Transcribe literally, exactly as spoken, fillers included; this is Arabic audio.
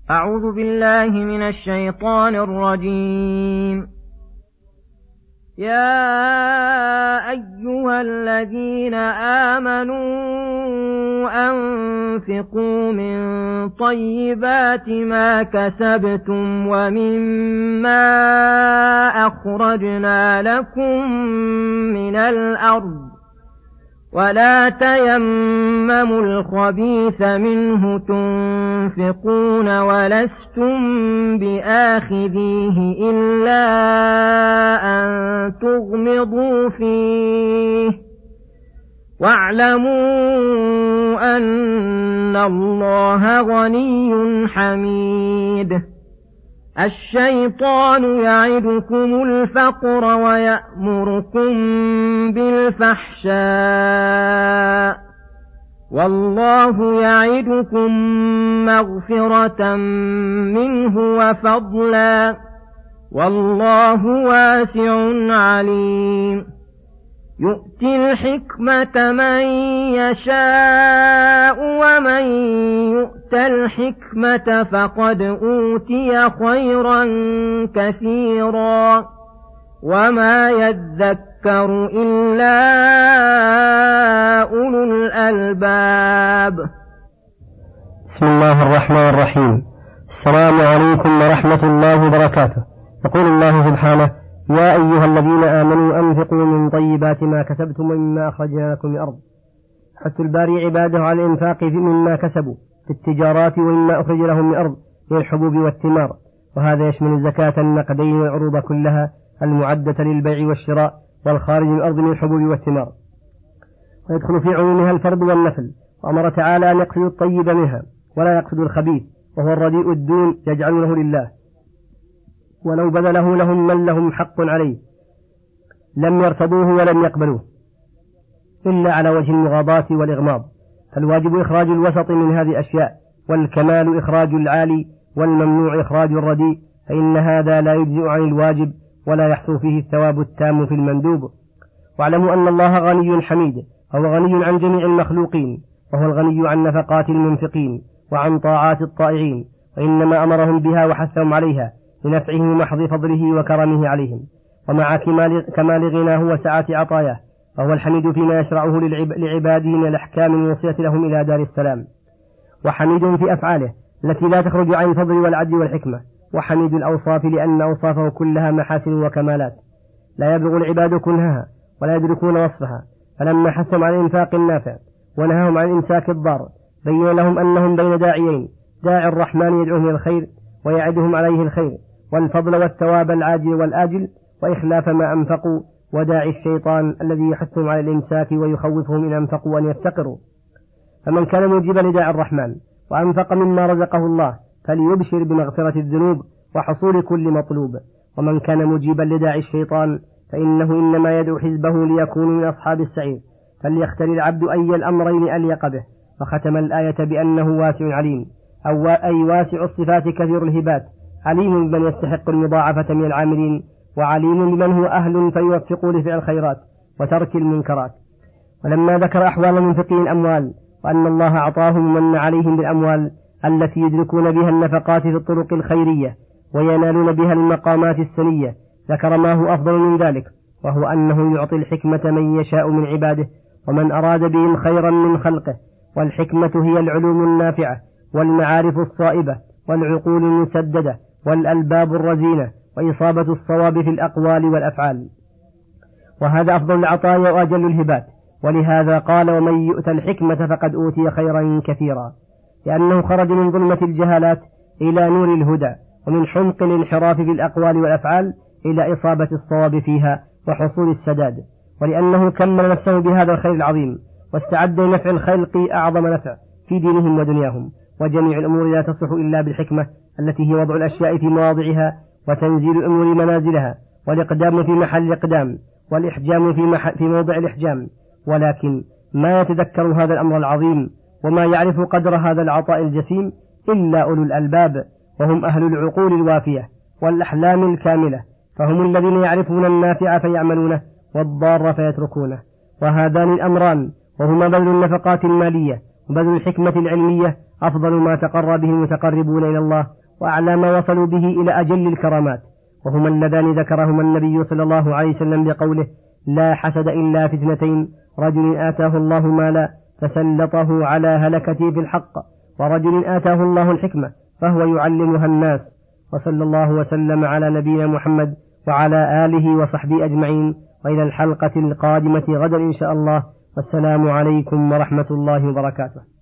أعوذ بالله من الشيطان الرجيم. يا أيها الذين آمنوا أنفقوا من طيبات ما كسبتم ومما أخرجنا لكم من الأرض ولا تيمموا الخبيث منه تنفقون ولستم بآخذيه إلا أن تغمضوا فيه واعلموا أن الله غني حميد. الشيطان يعدكم الفقر ويأمركم بالفحشاء والله يعدكم مغفرة منه وفضلا والله واسع عليم. يؤتي الحكمة من يشاء ومن يؤت الحكمة فقد أوتي خيرا كثيرا وما يذكر إلا أولو الألباب. بسم الله الرحمن الرحيم. السلام عليكم ورحمة الله وبركاته. يقول الله سبحانه: يا أيها الذين آمنوا أنفقوا من طيبات ما كسبتم ومما أخرجنا لكم من الأرض. حث الباري عباده على الإنفاق مما كسبوا في التجارات ومما أخرج لهم من الأرض من الحبوب والثمار، وهذا يشمل الزكاة النقدين والعروض كلها المعدة للبيع والشراء والخارج من الأرض من الحبوب والثمار، ويدخل في عمومها الفرض والنفل. وأمر تعالى أن يقصدوا الطيب منها ولا يقصدوا الخبيث وهو الرديء الدون يجعلونه لله، ولو بذله لهم من لهم حق عليه لم يرتضوه ولم يقبلوه إلا على وجه المغاضاة والإغماض. فالواجب إخراج الوسط من هذه الأشياء، والكمال إخراج العالي، والممنوع إخراج الرديء، فإن هذا لا يجزئ عن الواجب ولا يحصل فيه الثواب التام في المندوب. واعلموا أن الله غني حميد، وهو غني عن جميع المخلوقين، وهو الغني عن نفقات المنفقين وعن طاعات الطائعين، وإنما أمرهم بها وحثهم عليها لنفعه محض فضله وكرمه عليهم، ومع كمال, كمال غناه وسعة عطاياه، وهو الحميد فيما يشرعه لعباده من الأحكام الموصية لهم إلى دار السلام، وحميد في أفعاله التي لا تخرج عن الفضل والعدل والحكمة، وحميد الأوصاف لأن أوصافه كلها محاسن وكمالات لا يبلغ العباد كنهها ولا يدركون وصفها. فلما حثهم على الإنفاق النافع ونهاهم عن إمساك الضار بين لهم أنهم بين داعيين: داعي الرحمن يدعوهم إلى الخير ويعدهم عليه الخير والفضل والثواب العاجل والآجل وإخلاف ما أنفقوا، وداعي الشيطان الذي يحثهم على الإمساك ويخوفهم إن أنفقوا أن يفتقروا. فمن كان موجبا لداعي الرحمن وأنفق مما رزقه الله فليبشر بمغفرة الذنوب وحصول كل مطلوب، ومن كان مجيبا لداعي الشيطان فإنه إنما يدعو حزبه ليكونوا من أصحاب السعير، فليختار العبد أي الأمرين أليق به. فختم الآية بأنه واسع عليم، أو أي واسع الصفات كثير الهبات، عليم بمن يستحق المضاعفة من العاملين، وعليم بمن هو أهل فيوفق لفعل الخيرات وترك المنكرات. ولما ذكر أحوال المنفقين الأموال وأن الله أعطاهم ومن عليهم بالأموال التي يدركون بها النفقات في الطرق الخيرية وينالون بها المقامات السنية، ذكر ما هو أفضل من ذلك، وهو أنه يعطي الحكمة من يشاء من عباده ومن أراد بهم خيرا من خلقه. والحكمة هي العلوم النافعة والمعارف الصائبة والعقول المسددة والألباب الرزينة وإصابة الصواب في الأقوال والأفعال، وهذا أفضل العطايا وأجل الهبات. ولهذا قال: ومن يؤت الحكمة فقد أوتي خيرا كثيرا، لأنه خرج من ظلمة الجهالات إلى نور الهدى، ومن حمق الانحراف في الأقوال والأفعال إلى إصابة الصواب فيها وحصول السداد، ولأنه كمل نفسه بهذا الخير العظيم واستعد لنفع الخلق أعظم نفع في دينهم ودنياهم. وجميع الأمور لا تصلح إلا بالحكمة التي هي وضع الأشياء في مواضعها وتنزيل الأمور منازلها، والإقدام في محل الإقدام والإحجام في, محل في موضع الإحجام. ولكن ما يتذكر هذا الأمر العظيم وما يعرف قدر هذا العطاء الجسيم إلا أولو الألباب، وهم أهل العقول الوافية والأحلام الكاملة، فهم الذين يعرفون النافع فيعملونه والضار فيتركونه. وهذان الأمران وهما بذل النفقات المالية وبذل الحكمة العلمية أفضل ما تقرب به المتقربون إلى الله وأعلى ما وصلوا به إلى أجل الكرامات، وهما اللذان ذكرهما النبي صلى الله عليه وسلم بقوله: لا حسد إلا في اثنتين، رجل آتاه الله مالا فسلطه على هلكته في الحق، ورجل آتاه الله الحكمة فهو يعلمها الناس. وصلى الله وسلم على نبينا محمد وعلى آله وصحبه أجمعين، وإلى الحلقة القادمة غدا إن شاء الله، والسلام عليكم ورحمة الله وبركاته.